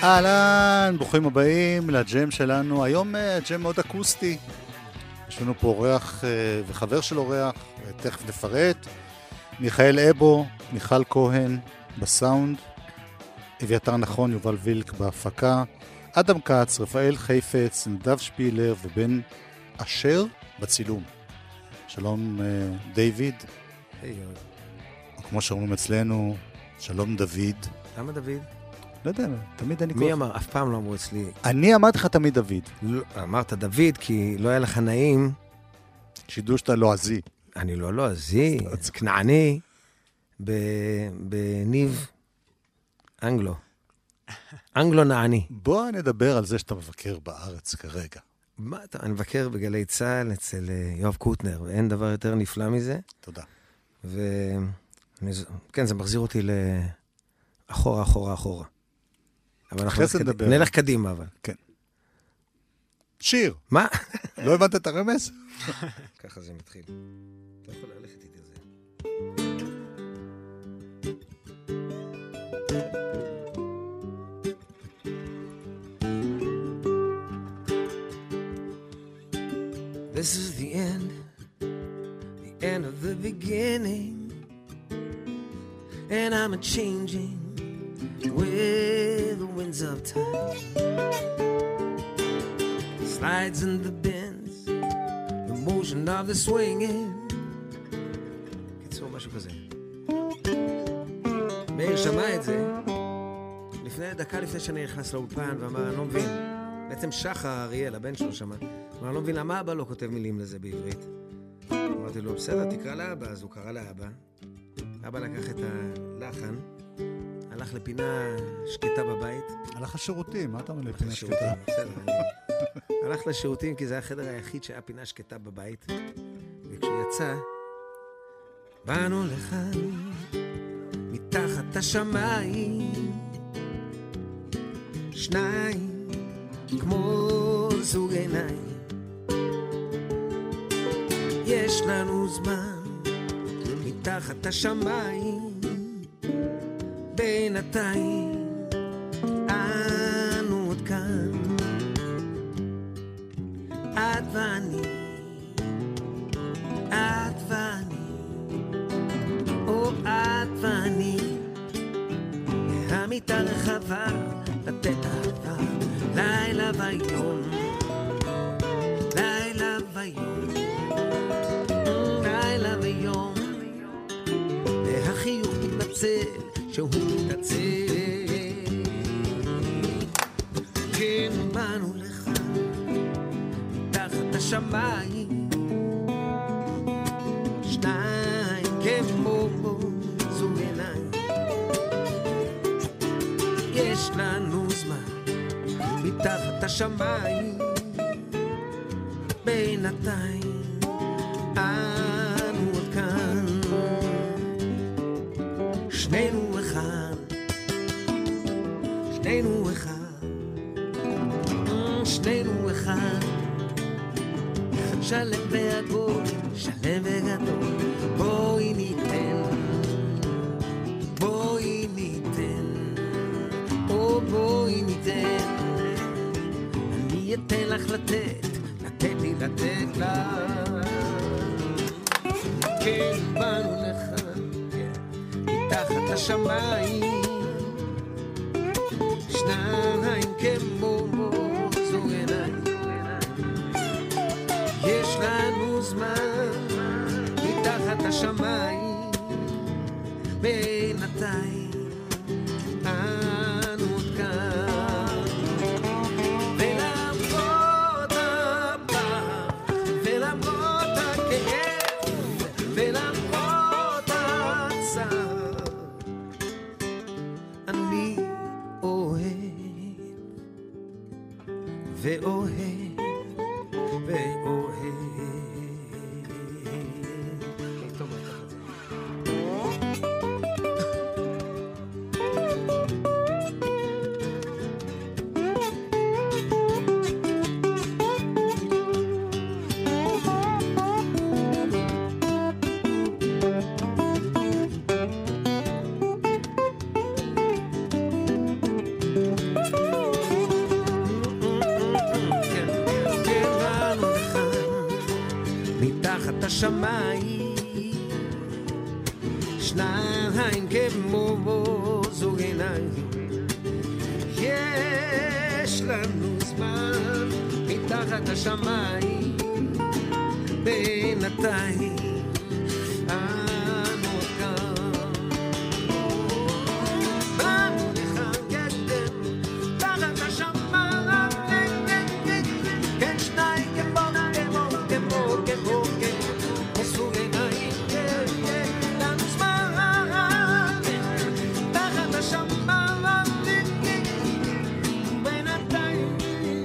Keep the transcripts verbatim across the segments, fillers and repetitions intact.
אהלן, ברוכים הבאים לג'ם שלנו. היום ג'ם מאוד אקוסטי. יש לנו פה אורח וחבר של אורח, תכף נפרט. מיכאל אבו, מיכל כהן בסאונד, אביתר נכון, יובל וילק בהפקה, אדם קץ, רפאל חיפץ, נדב שפילר ובן אשר בצילום. שלום דיוויד. היי. כמו שאומרים אצלנו, שלום דוד. למה דוד? לא יודע, תמיד אני... מי אמר? אף פעם לא אמרו אצלי. אני אמרתי לך תמיד דוד. לא, אמרת דוד כי לא היה לך נעים. שידעו שאתה לועזי. אני לא לועזי, כנעני, בניב אנגלו. אנגלו נעני. בוא נדבר על זה שאתה מבקר בארץ כרגע. מה אתה? אני מבקר בגלי צהל אצל יואב קוטנר, ואין דבר יותר נפלא מזה. תודה. וכן, זה מחזיר אותי לאחורה, אחורה, אחורה. אבל אנחנו נדבר. נלך קדימה, אבל. כן. שיר. מה? לא הבנת את הרמז? ככה זה מתחיל. אתה יכול ללכת איתי זה. This is the end, the end of the beginning, and I'm a changing with the winds of time. Slides in the bends, the motion of the swinging. קיצור, משהו כזה. מאיר שמע את זה לפני דקה לפני שאני נכנס לאולפן ואמר, אני לא מבין. בעצם שחר אריאל, הבן שלו שמע. אמר, אני לא מבין למה אבא לא כותב מילים לזה בעברית. אמרתי לו, בסדר, תקרא לאבא. אז הוא קרא לאבא. אבא לקח את הלחן, הלך לפינה שקטה בבית. הלך לשירותים, מה אתה אומר לפינה שקטה? בסדר, אני... הלך לשירותים כי זה החדר היחיד שהיה פינה שקטה בבית. וכשהוא יצא, באנו לכאן, מתחת השמיים, שניים, כמו זוג עיניים. יש לנו זמן, מתחת השמיים, בינתיים, אנו עוד כאן. את ואני, את ואני, או את ואני, המיטה רחבה, לתת אהבה, לילה ויום, לילה ויום, לילה ויום, והחיוך מתנצל, שהוא מתנצל, כן באנו לך, מתחת השמיים, שניים כמו זוג עיניים, יש לנו זמן, מתחת השמיים, בינתיים, אנו עוד כאן, שנינו אחד, שנינו אחד, שנינו אחד, אחד שלם ועגול, שלם וגדול, בואי ניתן, בואי ניתן, או בואי ניתן, אני אתן לך לתת, לתת לי לתת לך, כן באנו לך, מתחת השמיים, שניים כמו זוג עיניים, יש לנו זמן, מתחת השמיים, בינתיים, אנו עוד כאן, ולמרות הפעם, ולמרות הכאב, ולמרות הצער, אני אוהב, ואוהב, ואוהב. טוב, מתחת השמיים, שניים כמו זוג עיניים, יש לנו זמן מתחת השמיים, בינתיים אנו כאן, באנו לחגתם תחת השמיים, כן שניים כמו כמו כמו כמו כמו זוג עיניים, לנו זמן תחת השמיים, בינתיים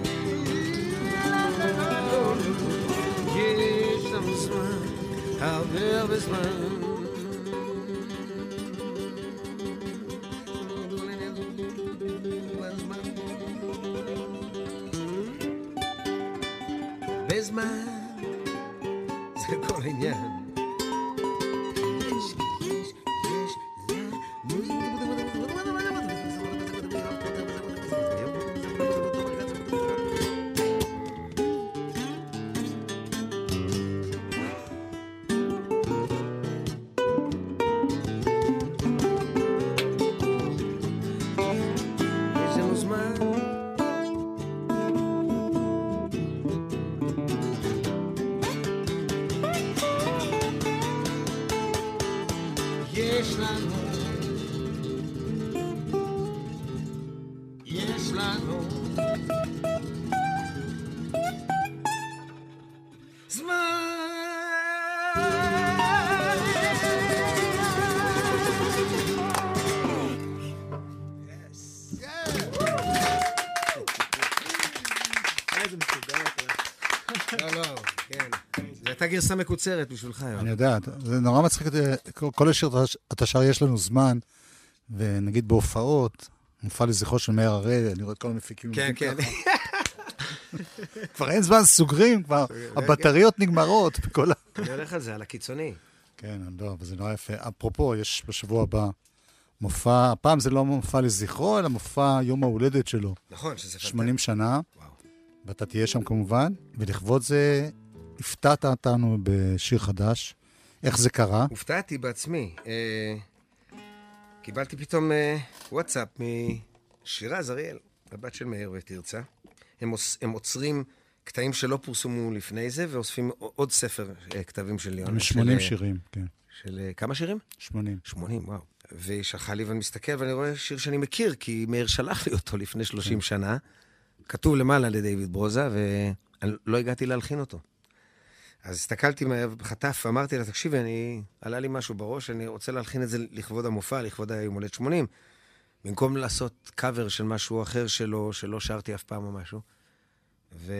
יש לנו זמן, הרבה הרבה זמן. בזמן זה כל העניין. יש, יש, יש, יש לנו זמן. יש לנו, יש לנו זמן. איזה מסודר. לא, לא, כן. זו הייתה גרסה מקוצרת בשבילך. אני יודע, זה נורא מצחיק, כל השיר אתה שר יש לנו זמן, ונגיד בהופעות, מופע לזכרו של מאיר הראל, אני רואה את כל המפיקים. כן, כן. כבר אין זמן, סוגרים, כבר הבטריות נגמרות. אני הולך על זה, על הקיצוני. כן, לא, אבל זה נורא יפה. אפרופו, יש בשבוע הבא מופע, הפעם זה לא מופע לזכרו, אלא מופע יום ההולדת שלו. נכון, שזה פנטסטי. שמונים שנה, וואו. ואתה תהיה שם כמובן, ולכבוד זה הפתעת אותנו בשיר חדש. איך זה קרה? הופתעתי בעצמי. אה, קיבלתי פתאום אה, וואטסאפ משירה זריאל, הבת של מאיר ותרצה. הם, עוש, הם עוצרים קטעים שלא פורסמו לפני זה, ואוספים עוד ספר אה, כתבים של ליאון. שמונים של, שירים, כן. של אה, כמה שירים? שמונים. שמונים, וואו. והיא שלחה לי ואני מסתכל ואני רואה שיר שאני מכיר, כי מאיר שלח לי אותו לפני שלושים שנה. כתוב למעלה לדיוויד ברוזה, ואני לא הגעתי להלחין אותו. אז הסתכלתי בחטף, ואמרתי לה, תקשיבי, אני, עלה לי משהו בראש, אני רוצה להלחין את זה לכבוד המופע, לכבוד היום הולדת שמונים, במקום לעשות קאבר של משהו אחר שלו, שלא שרתי אף פעם או משהו. ו...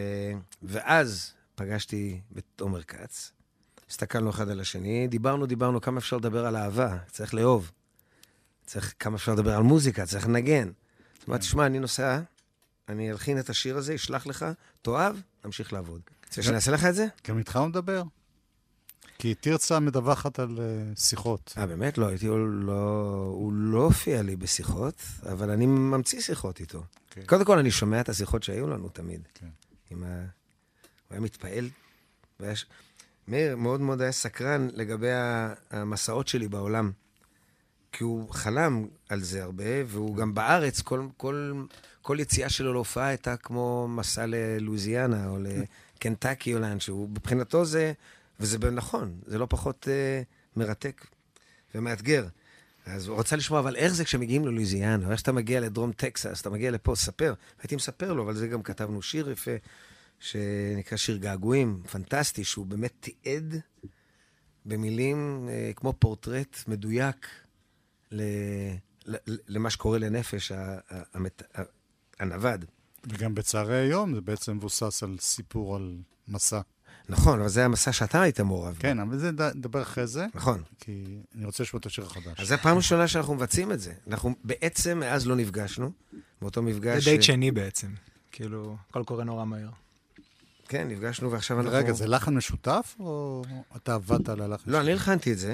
ואז פגשתי בתומר כץ, הסתכלנו אחד על השני, דיברנו, דיברנו כמה אפשר לדבר על אהבה, צריך לאהוב, צריך כמה אפשר לדבר על מוזיקה, צריך לנגן. זאת אומרת, תשמע, אני נוסע, אני אלחין את השיר הזה, אשלח לך, תאהב, נמשיך לעבוד. רוצה שאני אעשה לך את זה? גם איתך הוא מדבר. כי תרצה מדווחת על uh, שיחות. אה, באמת? לא, הייתי, הוא לא, הוא לא הופיע לי בשיחות, אבל אני ממציא שיחות איתו. Okay. קודם כל, אני שומע את השיחות שהיו לנו תמיד. Okay. עם ה... הוא היה מתפעל. והיה... מאיר מאוד מאוד היה סקרן לגבי המסעות שלי בעולם. כי הוא חלם על זה הרבה, והוא גם בארץ, כל, כל, כל יציאה שלו להופעה הייתה כמו מסע ללואיזיאנה, או לקנטקי או לאן, שהוא מבחינתו זה, וזה נכון, זה לא פחות אה, מרתק ומאתגר. אז הוא רוצה לשמוע, אבל איך זה כשמגיעים ללואיזיאנה, או איך שאתה מגיע לדרום טקסס, אתה מגיע לפה, ספר. הייתי מספר לו, אבל זה גם כתבנו שיר יפה, שנקרא שיר געגועים, פנטסטי, שהוא באמת תיעד במילים אה, כמו פורטרט מדויק, למה שקורה לנפש הנווד. וגם בצערי היום זה בעצם מבוסס על סיפור על מסע. נכון, אבל זה המסע שאתה היית מעורב. כן, אבל זה נדבר אחרי זה. נכון. כי אני רוצה לשמוע את השיר החדש. אז זו הפעם ראשונה שאנחנו מבצעים את זה. אנחנו בעצם מאז לא נפגשנו, באותו מפגש... זה דייט שני בעצם. כאילו, הכל קורה נורא מהר. כן, נפגשנו ועכשיו אנחנו... רגע, זה לחן משותף או אתה עבדת על הלחן? לא, אני הלחנתי את זה.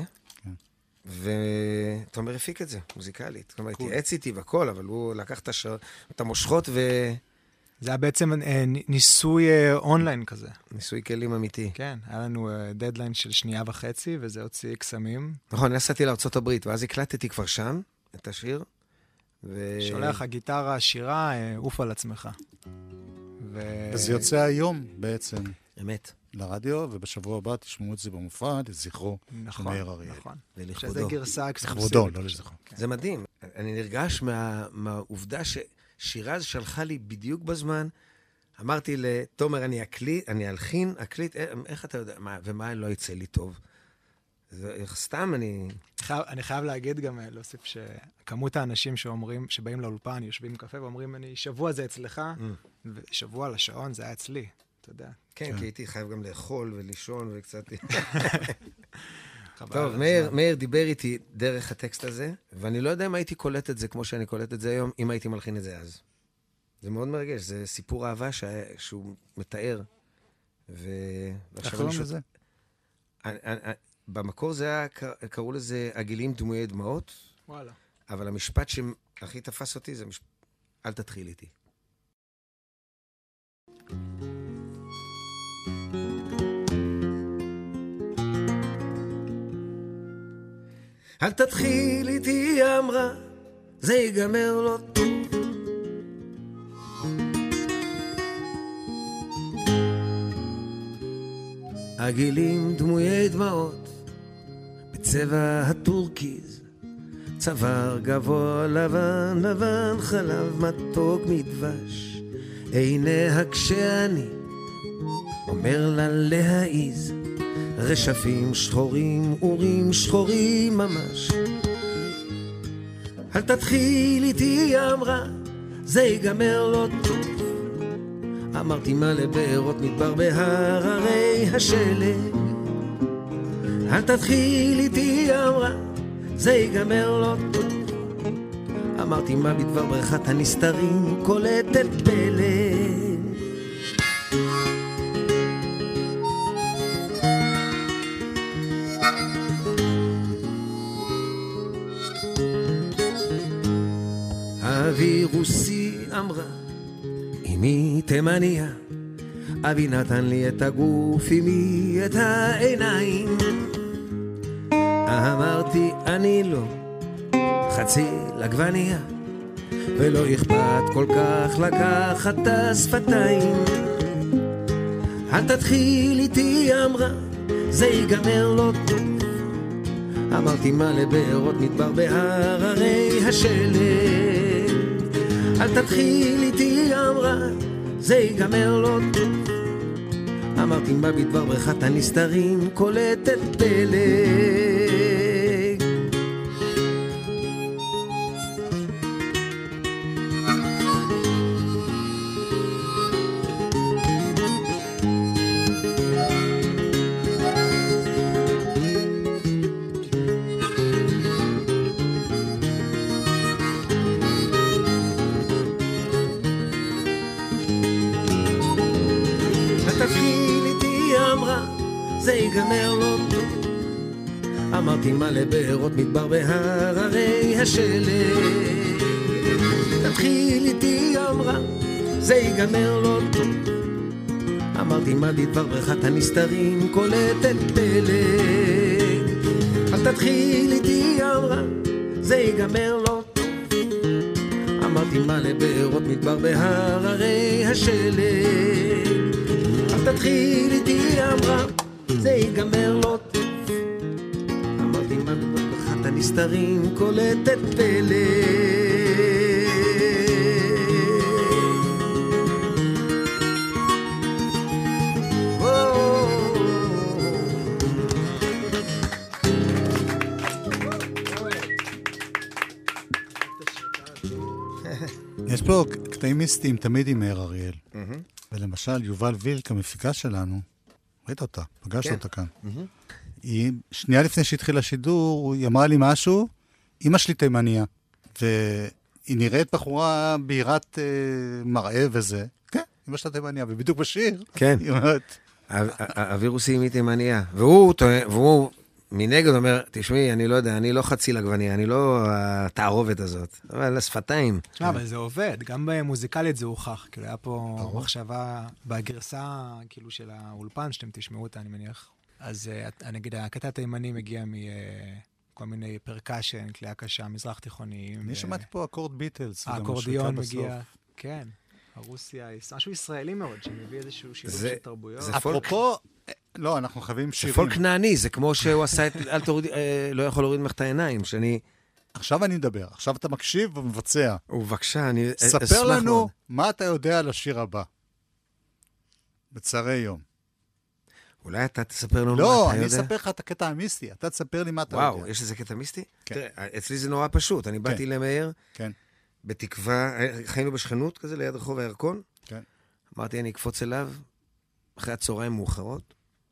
ותומר הפיק את זה, מוזיקלית. זאת אומרת, התייעץ איתי והכל, אבל הוא לקח את המושכות ו... זה היה בעצם אה, ניסוי אה, אונליין כזה. ניסוי כלים אמיתי. כן, היה לנו אה, דדליין של שנייה וחצי, וזה הוציא קסמים. נכון, נסעתי לארצות הברית, ואז הקלטתי כבר שם את השיר. ו... שולח הגיטרה השירה, אה, עוף על עצמך. ו... וזה יוצא היום בעצם. אמת. לרדיו, ובשבוע הבא תשמעו את זה במופע, לזכרו נכון, של מאיר אריאל. נכון. ולכבודו. שזה גרסה אקסקלוסיבית. לכבודו, לא לזכרו. כן. זה מדהים. אני נרגש מה, מהעובדה ששירז שלחה לי בדיוק בזמן. אמרתי לתומר, אני אקליט, אני אלחין, אקליט, איך אתה יודע, מה, ומה לא יצא לי טוב? זה, סתם אני... חייב, אני חייב להגיד גם, להוסיף שכמות האנשים שאומרים, שבאים לאולפן, יושבים קפה ואומרים, אני שבוע זה אצלך, mm. ושבוע לשעון זה היה אצלי, אתה יודע. כן, כי הייתי חייב גם לאכול ולישון וקצת... טוב, מאיר, מאיר דיבר איתי דרך הטקסט הזה, ואני לא יודע אם הייתי קולט את זה כמו שאני קולט את זה היום, אם הייתי מלחין את זה אז. זה מאוד מרגש, זה סיפור אהבה שהוא מתאר. איך קוראים לזה? במקור זה היה, קראו לזה עגילים דמויי דמעות, וואלה. אבל המשפט שהכי תפס אותי זה משפט, אל תתחיל איתי. אל תתחיל איתי, אמרה, זה ייגמר לא טוב. עגילים דמויי דמעות, בצבע הטורקיז, צוואר גבוה לבן, לבן חלב מתוק מדבש. עיניה כשאני אומר לה להעיז, רשפים שחורים, אורים שחורים ממש. אל תתחיל איתי, אמרה, זה ייגמר לא טוב. אמרתי מה לבארות מדבר בהררי השלג. אל תתחיל איתי, אמרה, זה ייגמר לא טוב. אמרתי מה בדבר בריכת הנסתרים קולטת פלא. אבי רוסי, אמרה, אמי תימניה, אבי נתן לי את הגוף, אמי את העיניים. אמרתי אני לא חצי לגווניה, ולא אכפת כל כך לקחת את השפתיים. אל תתחיל איתי, אמרה, זה ייגמר לא טוב. אמרתי מה לבארות מדבר בהררי השלג. אל תתחיל איתי, אמרה, זה ייגמר לא טוב. אמרתי מה בדבר בריכת הנסתרים קולטת פלג. זה ייגמר לא טוב. אמרתי מה לבארות מדבר בהררי השלג. תתחיל איתי, אמרה, זה ייגמר לא טוב. אמרתי מה בדבר בריכת הנסתרים קולטת פלג. אל תתחיל איתי, אמרה, זה ייגמר לא טוב. אמרתי מה לבארות מדבר בהררי השלג. אל תתחיל איתי, אמרה, זה ייגמר לא טוב. אמרתי מה בברכת הנסתרים קולטת פלג. יש פה קטעים מיסטיים תמיד עם מאיר אריאל. ולמשל יובל וילק, המפיקה שלנו, ראית אותה, פגשת אותה כאן. היא, שנייה לפני שהתחיל השידור, היא אמרה לי משהו, אמא שלי תימניה, והיא נראית בחורה בהירת מראה וזה, כן, אמא שלה תימניה, ובדיוק בשיר, כן. היא אומרת... אבי רוסי אמי תימניה, והוא, והוא מנגד אומר, תשמעי, אני לא יודע, אני לא חצי לגווניה, אני לא התערובת הזאת, אבל השפתיים. תשמע, אבל זה עובד, גם במוזיקלית זה הוכח, כאילו היה פה מחשבה בגרסה, כאילו של האולפן, שאתם תשמעו אותה, אני מניח. אז אני אגיד, הקטע התימני מגיע מכל מיני פרקשן, כלי הקשה, מזרח תיכוניים. אני שמעתי פה אקורד ביטלס. האקורדיון מגיע, כן. הרוסיה, משהו ישראלי מאוד, שמביא איזשהו שילוב של תרבויות. אפרופו, לא, אנחנו חייבים שירים. זה פולק כנעני, זה כמו שהוא עשה את, אל תוריד, לא יכול להוריד ממך את העיניים, שאני... עכשיו אני מדבר, עכשיו אתה מקשיב ומבצע. ובבקשה, אני אשמח מאוד. ספר לנו מה אתה יודע על השיר הבא. בצערי יום. אולי אתה תספר לנו לא, מה אתה יודע? לא, אני אספר לך את הקטע המיסטי, אתה תספר לי מה אתה וואו, יודע. וואו, יש איזה קטע מיסטי? כן. תראה, אצלי זה נורא פשוט, אני באתי למאיר, כן. בתקווה, חיינו בשכנות כזה ליד רחוב הירקון, כן. אמרתי, אני אקפוץ אליו, אחרי הצהריים מאוחרות,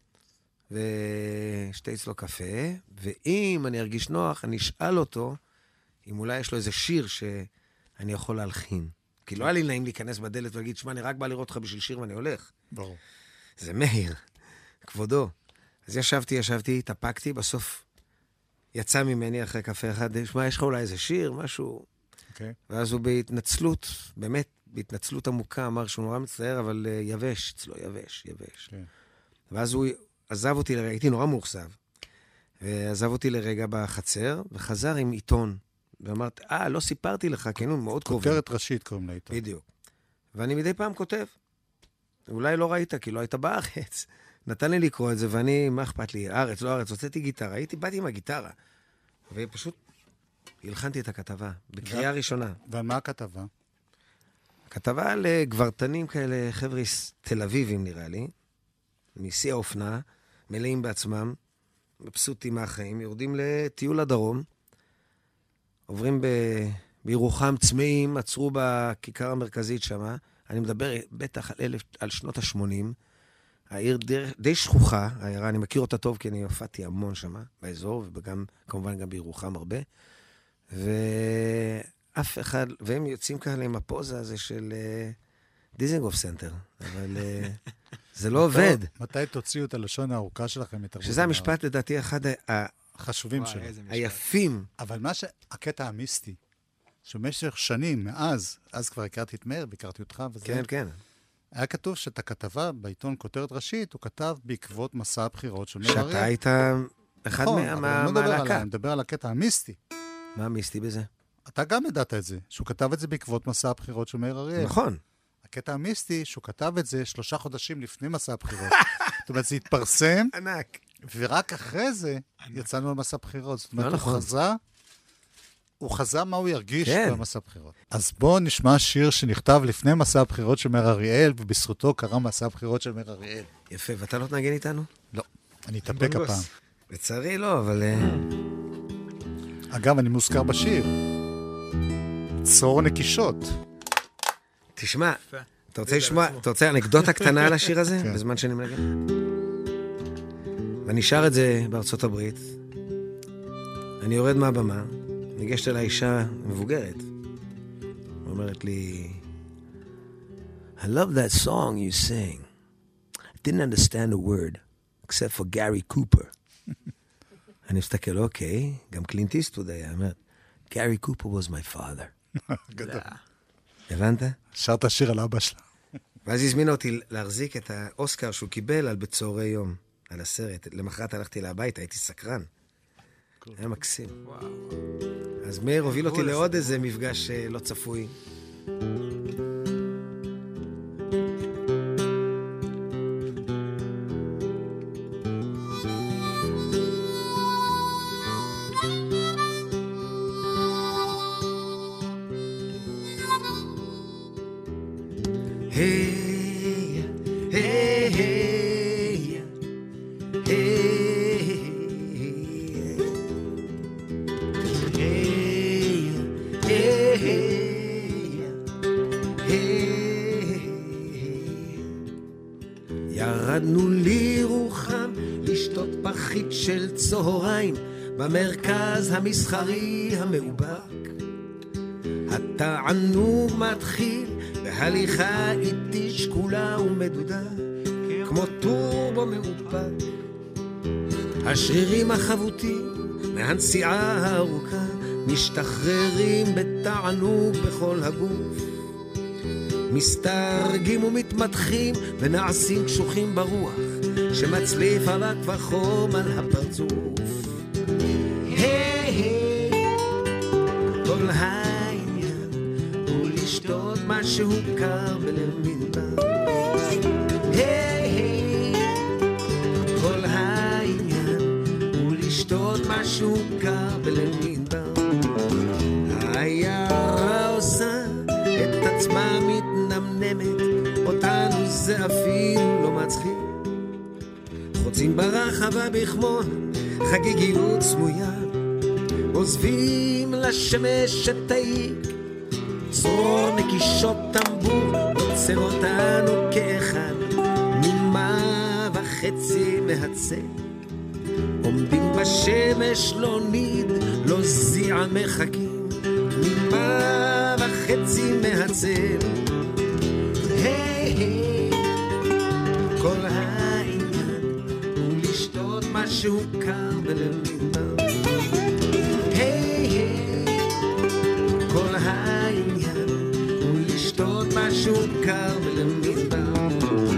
ושתה אצלו קפה, ואם אני ארגיש נוח, אני אשאל אותו, אם אולי יש לו איזה שיר שאני יכול להלחין. כי לא היה לי נעים להיכנס בדלת ולהגיד, שמע, אני רק בא לראות אותך בשביל שיר ואני הולך. ברור. זה מאיר, כבודו. אז ישבתי, ישבתי, התאפקתי, בסוף יצא ממני אחרי קפה אחד, שמע, יש לך אולי איזה שיר, משהו... אוקיי. ואז הוא בהתנצלות, באמת, בהתנצלות עמוקה, אמר שהוא נורא מצטער, אבל uh, יבש, אצלו יבש, יבש. כן. ואז הוא עזב אותי לרגע, הייתי נורא מאוכזב, ועזב אותי לרגע בחצר, וחזר עם עיתון, ואמרת, אה, לא סיפרתי לך, כן, הוא מאוד קרובים. כותרת ראשית קוראים לעיתון. בדיוק. ואני מדי פעם כותב. אולי לא ראית, כי לא היית בארץ. נתן לי לקרוא את זה, ואני, מה אכפת לי? ארץ, לא ארץ, הוצאתי גיטרה. הייתי, באתי עם הגיטרה. ופשוט הלחנתי את הכתבה, בקריאה ראשונה. ועל מה הכתבה? כתבה על גברתנים כאלה, חבר'יס תל אביבים נראה לי, משיא האופנה, מלאים בעצמם, מבסוטים מהחיים, יורדים לטיול לדרום, עוברים ב... בירוחם צמאים, עצרו בכיכר המרכזית שם, אני מדבר בטח על, אלף, על שנות ה-שמונים, העיר די, די שכוחה, העירה, אני מכיר אותה טוב כי אני הופעתי המון שם באזור, וגם, כמובן גם בירוחם הרבה, ואף אחד, והם יוצאים כאלה עם הפוזה הזה של uh, דיזנגוף סנטר, אבל uh, זה לא עובד. מתי תוציאו את הלשון הארוכה שלכם? שזה המשפט לדעתי אחד החשובים שלו. היפים. אבל מה שהקטע המיסטי, שבמשך שנים, מאז, אז כבר הכרתי את מאיר, והכרתי אותך וזה. כן, כן. היה כתוב שאת הכתבה בעיתון כותרת ראשית, הוא כתב בעקבות מסע הבחירות של מאיר אריאל. שאתה היית אחד מהלהקה. אני מדבר על הקטע המיסטי. מה המיסטי בזה? אתה גם ידעת את זה, שהוא כתב את זה בעקבות מסע הבחירות של מאיר אריאל. נכון. הקטע המיסטי, שהוא כתב את זה שלושה חודשים לפני מסע הבחירות. זאת אומרת, זה התפרסם, ענק. ורק אחרי זה יצאנו למסע הבחירות. זאת אומרת, הוא חזה, הוא חזה מה הוא ירגיש במסע הבחירות. אז בואו נשמע שיר שנכתב לפני מסע הבחירות של מאיר אריאל, ובזכותו קרה מסע הבחירות של מאיר אריאל. יפה, ואתה לא תנגן איתנו? לא, אני אתאפק הפעם. לצערי לא, אבל... אגב, אני מוזכר בשיר. צור נקישות. תשמע, אתה רוצה לשמוע, אתה רוצה אנקדוטה קטנה על השיר הזה? בזמן שאני מנגן? ואני שר את זה בארצות הברית. אני יורד מהבמה, ניגשת אל האישה מבוגרת. אומרת לי, I love that song you sang. I didn't understand a word, except for Gary Cooper. אני מסתכל, אוקיי, גם קלינט איסטווד היה, אומרת, Gary Cooper was my father. גדול. הבנת? שרת השיר על אבא שלה. ואז הזמינה אותי להחזיק את האוסקר שהוא קיבל על בצהרי יום, על הסרט. למחרת הלכתי להביתה, הייתי סקרן. היה מקסים. אז מאיר הוביל אותי לעוד איזה מפגש לא צפוי. ירדנו לירוחם לשתות פחית של צהריים במרכז המסחרי המאובק. התענוג מתחיל בהליכה איטית שקולה ומדודה כמו טורבו מאופק. השרירים החבוטים מהנסיעה הארוכה משתחררים בתענוג בכל הגוף, מסתרגים ומתמתחים ונעשים קשוחים ברוח שמצליף אבק וחום על הפרצוף. היי היי, כל העניין הוא לשתות משהו קר ולמדבר. היי היי, כל העניין הוא לשתות משהו קר ולמדבר. היערה עושה את עצמה מתנמנמת, אותנו זה אפילו לא מצחיק. חוצים ברחבה בכמון חגיגיות סמויה, עוזבים לשמש שתאיק, צרור נקישות טמבור עוצר אותנו כאחד, נימה וחצי מהצל. עומדים בשמש לא ניד, לא זיע מחכים, נימה וחצי מהצל. היי היי, כל העניין הוא לשתות משהו קר ולמדבר. היי היי, כל העניין הוא לשתות משהו קר ולמדבר.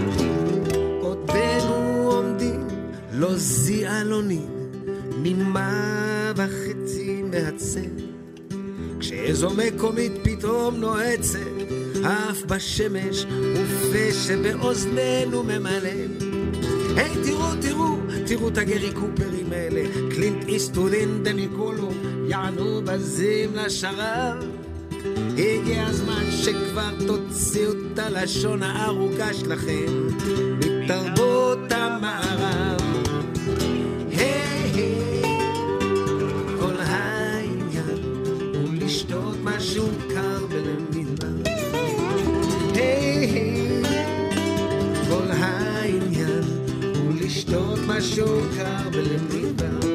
עודנו עומדים, לא זיע לא ניד, נימה וחצי מהצל. כשאיזו מקומית פתאום נועצת אף בשמש ופה שבאוזננו ממלא. היי תראו תראו תראו את הגרי קופרים האלה, קלינט איסטווד דניקולו יענו בזים לשרב. הגיע הזמן שכבר תוציאו את הלשון הארוכה שלכם מתרבות המערב. היי היי, כל העניין הוא לשתות משהו קר ולמדבר. היי היי, כל העניין הוא לשתות משהו קר ולמדבר.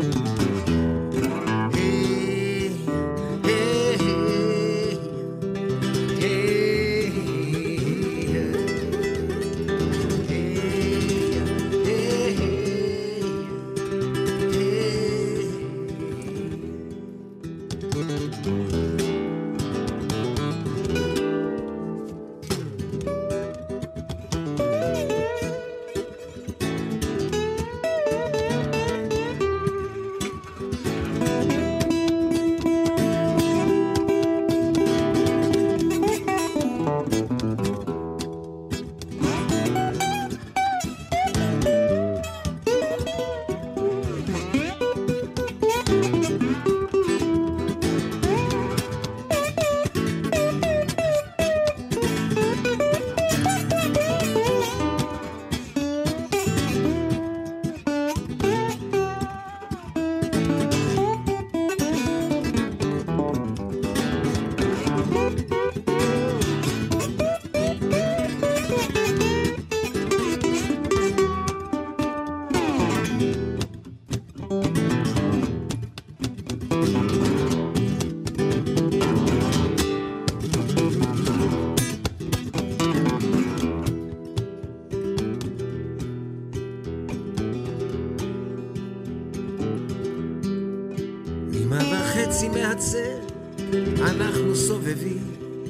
מהצל אנחנו סובבים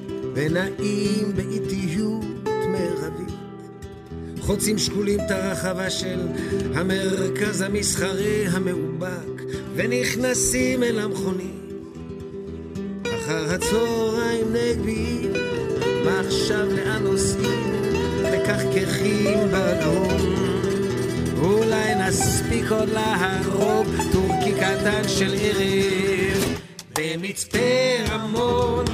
ונעים באיטיות מרבית, חוצים שקולים את הרחבה של המרכז המסחרי המאובק ונכנסים אל המכונית. אחר הצהריים נגבים, מה עכשיו לאן נוסעים, מקחקחים בדרום, אולי נספיק עוד להרוג טורקי קטן של ערב במצפה רמון.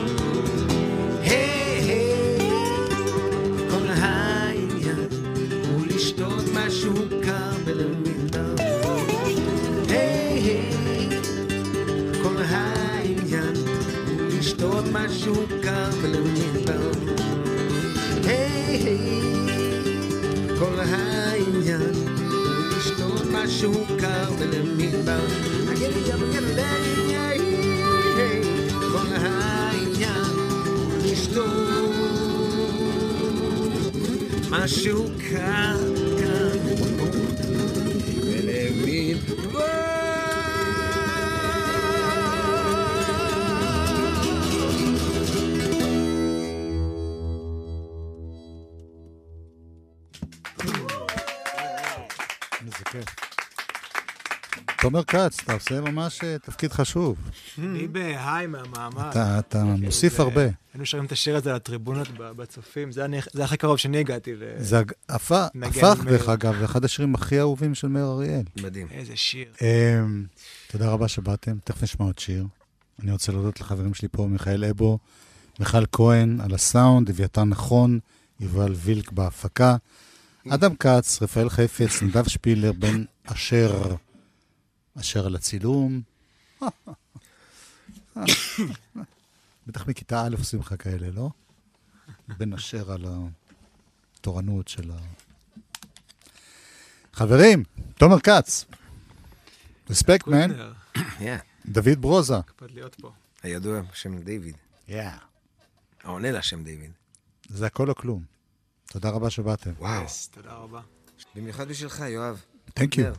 היי היי, כל העניין הוא לשתות משהו קר ולמדבר. היי היי, כל העניין הוא לשתות משהו קר ולמדבר. היי היי, כל העניין הוא לשתות משהו קר ולמדבר. כל העניין הוא לשתות משהו קר קר ולמדבר. איזה כיף. תומר כץ, אתה עושה ממש תפקיד חשוב. אני בהיי מהמעמד. אתה מוסיף הרבה. היינו שרים את השיר הזה לטריבונות בצופים, זה הכי קרוב שאני הגעתי. זה הפך, דרך אגב, אחד השירים הכי אהובים של מאיר אריאל. מדהים. איזה שיר. תודה רבה שבאתם, תכף נשמע עוד שיר. אני רוצה להודות לחברים שלי פה, מיכאל אבו, מיכל כהן על הסאונד, אביתר נכון, יובל וילק בהפקה, אדם כץ, רפאל חפץ, נדב שפילר, בן אשר, אשר על הצילום. בטח מכיתה א' עושים לך כאלה, לא? בן אשר על התורנות של ה... חברים, תומר כץ. רספקט, מן. דוד ברוזה. קפד להיות פה. הידוע בשם דיוויד. כן. העונה לשם דיוויד. זה הכל או כלום. תודה רבה שבאתם. וואו. תודה רבה. במיוחד בשבילך, יואב. Thank you.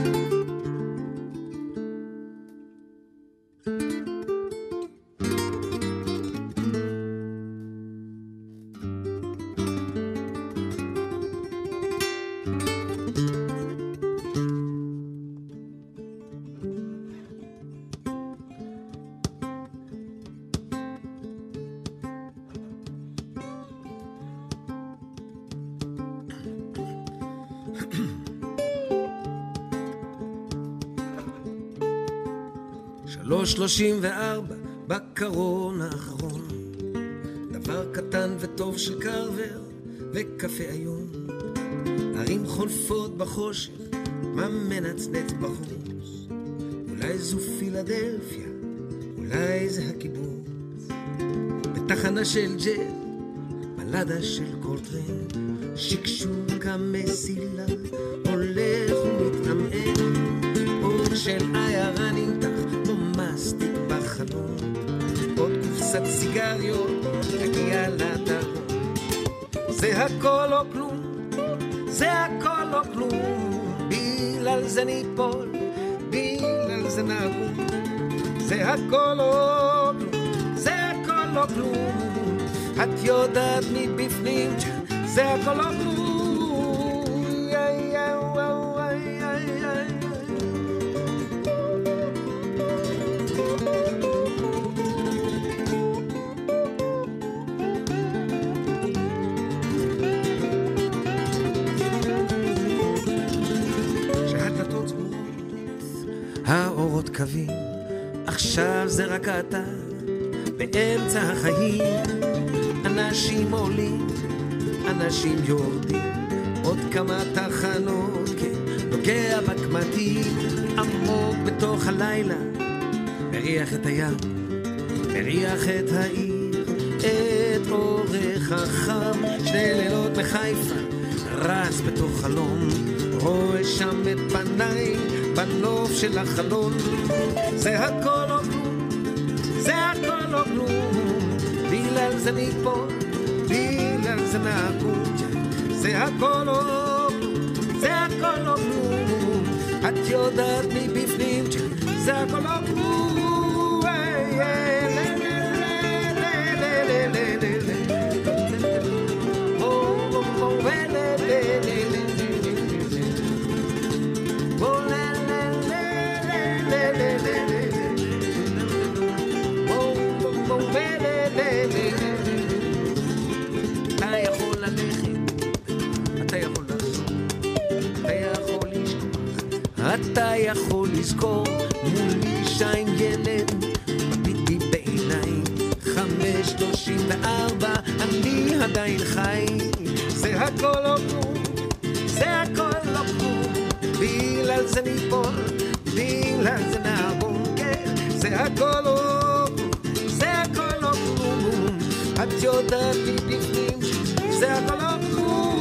שלושים וארבע בקרון האחרון, דבר קטן וטוב של קרבר וקפה היום, ערים חולפות בחושך, מה מנצנץ בחוץ, אולי זו פילדלפיה, אולי זה הקיבוץ, בתחנה של ג'ל, בלדה של קולטרן, שקשוק המסילה, הולך ומתעמען, אור של עיירה נמתח, מסטיק בחלום, עוד קופסת סיגריות, תגיע לדרום. זה הכל או כלום, זה הכל או כלום, בגלל זה ניפול, בגלל זה נגום. זה הכל או כלום, זה הכל או כלום, את יודעת מבפנים, זה הכל או כלום. האורות קווים, עכשיו זה רק אתה, באמצע החיים, אנשים עולים, אנשים יורדים, עוד כמה תחנות, כן, נוגע בקמטים, עמוק בתוך הלילה, מריח את הים, מריח את העיר, את אורך החם, שני לילות בחיפה, רץ בתוך חלום, רואה שם את פניי, בנוף של החלון, זה הכל או כלום, זה הכל או כלום, בגלל זה ניפול, בגלל זה נעקום, זה הכל או כלום, זה הכל או כלום, את יודעת מבפנים, זה הכל או כלום. אתה יכול ללכת, אתה יכול לחזור, אתה יכול לשכוח, אתה יכול לזכור, מול אישה עם ילד, מביטי בעיניים, חמש שלושים וארבע, אני עדיין חי, זה הכל או כלום, זה הכל או כלום, בגלל זה ניפול, בגלל זה נעבור, זה הכל או כלום, זה הכל או כלום, את יודעת מבפנים, זה הכל או כלום.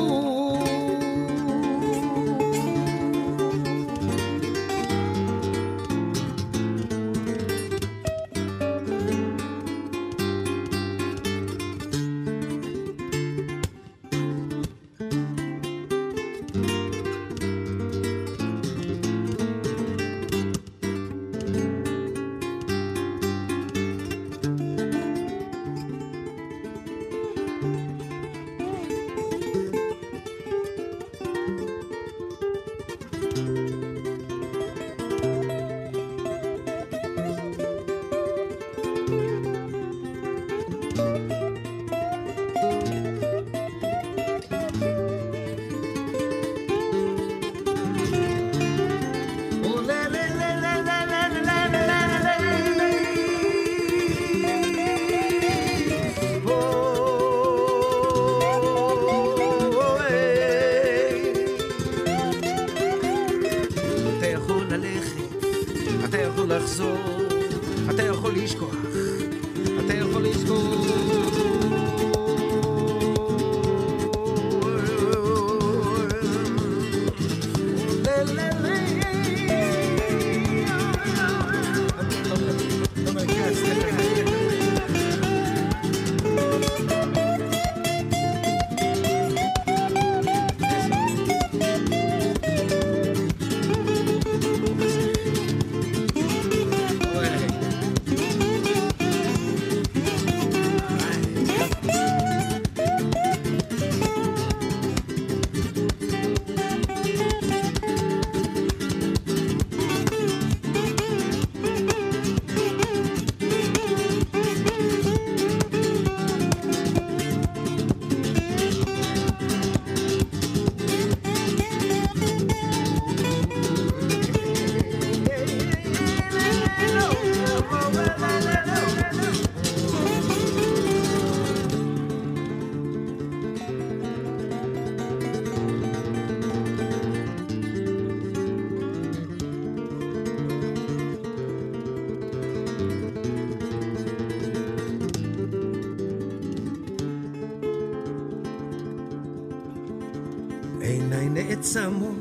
עיניי נעצמות,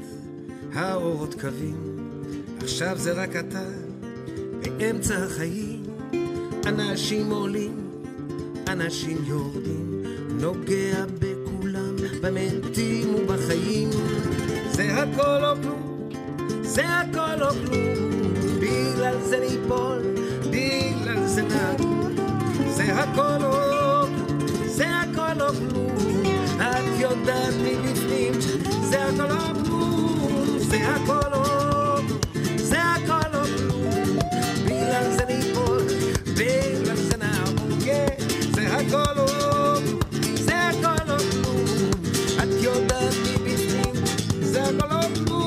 האורות קווים, עכשיו זה רק אתה, באמצע החיים. אנשים עולים, אנשים יורדים, נוגע בכולם, במתים ובחיים. זה הכל או כלום, זה הכל או כלום, בגלל זה ניפול, בגלל זה נעול. זה הכל או כלום, זה הכל או כלום, את יודעת מבפנים, זה הכל או כלום, זה הכל או כלום, זה הכל או כלום, בגלל זה ניפול, בגלל זה נעול. זה הכל או כלום, זה הכל או כלום, את יודעת מבפנים, זה הכל או כלום.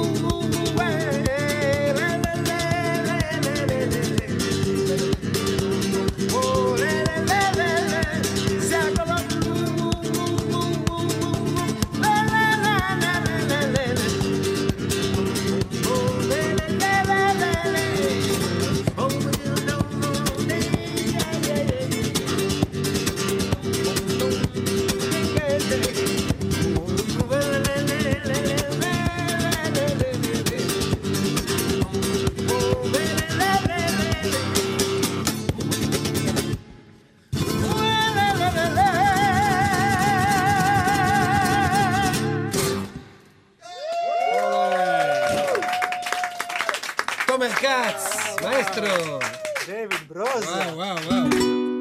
Maestro David Broza. Wow, wow, wow.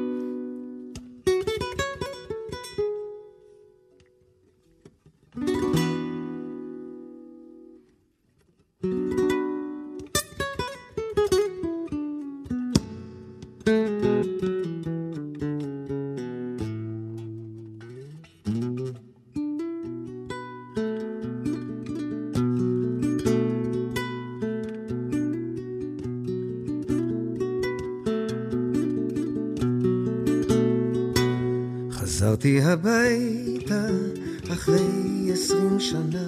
חזרתי הביתה אחרי עשרים שנה,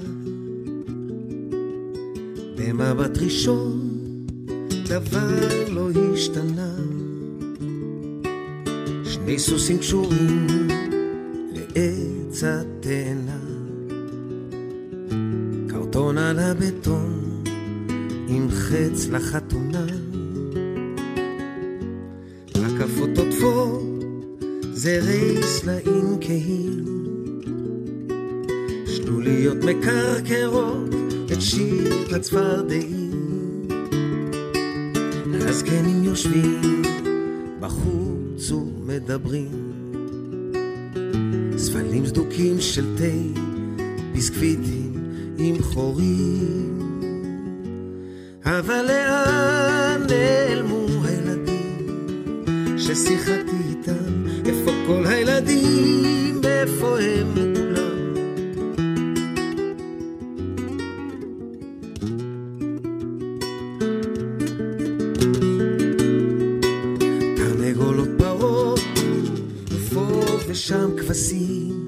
במבט ראשון דבר לא השתנה. שני סוסים קשורים לעץ התאנה, קרטון על הבטון עם חץ לחתונה, רקפות עוטפות זרי סלעים כהים, שלוליות מקרקרות את שיר הצפרדעים. הזקנים יושבים בחוץ ומדברים, ספלים סדוקים של תה, ביסקוויטים עם חורים. אבל לאן נעלמו הילדים ששיחקתי איתם? איפה כל הילדים? איפה הם כולם? תרנגולות פרות ופה ושם כבשים,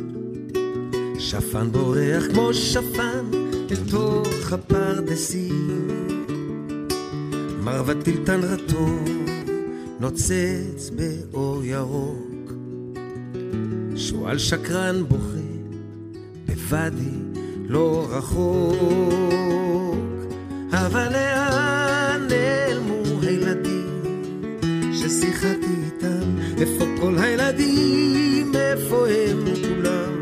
שפן בורח כמו שפן לתוך הפרדסים, מרוות טילטן רטוב נוצץ באור ירוק, שועל שקרן בוכה בוואדי לא רחוק. אבל לאן נעלמו הילדים ששיחקתי איתם? איפה כל הילדים? איפה הם כולם?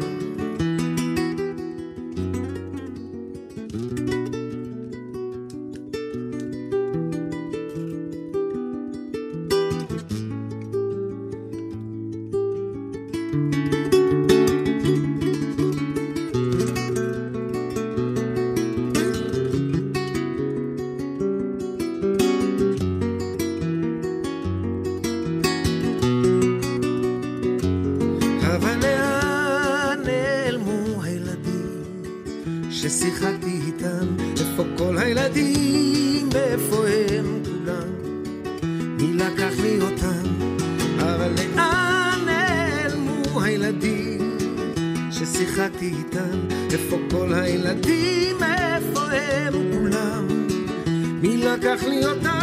ששיחקתי איתם? איפה כל הילדים? איפה הם כולם? מי לקח לי אותם? אבל לאן נעלמו הילדים ששיחקתי איתם? איפה כל הילדים? איפה הם כולם? מי לקח לי אותם?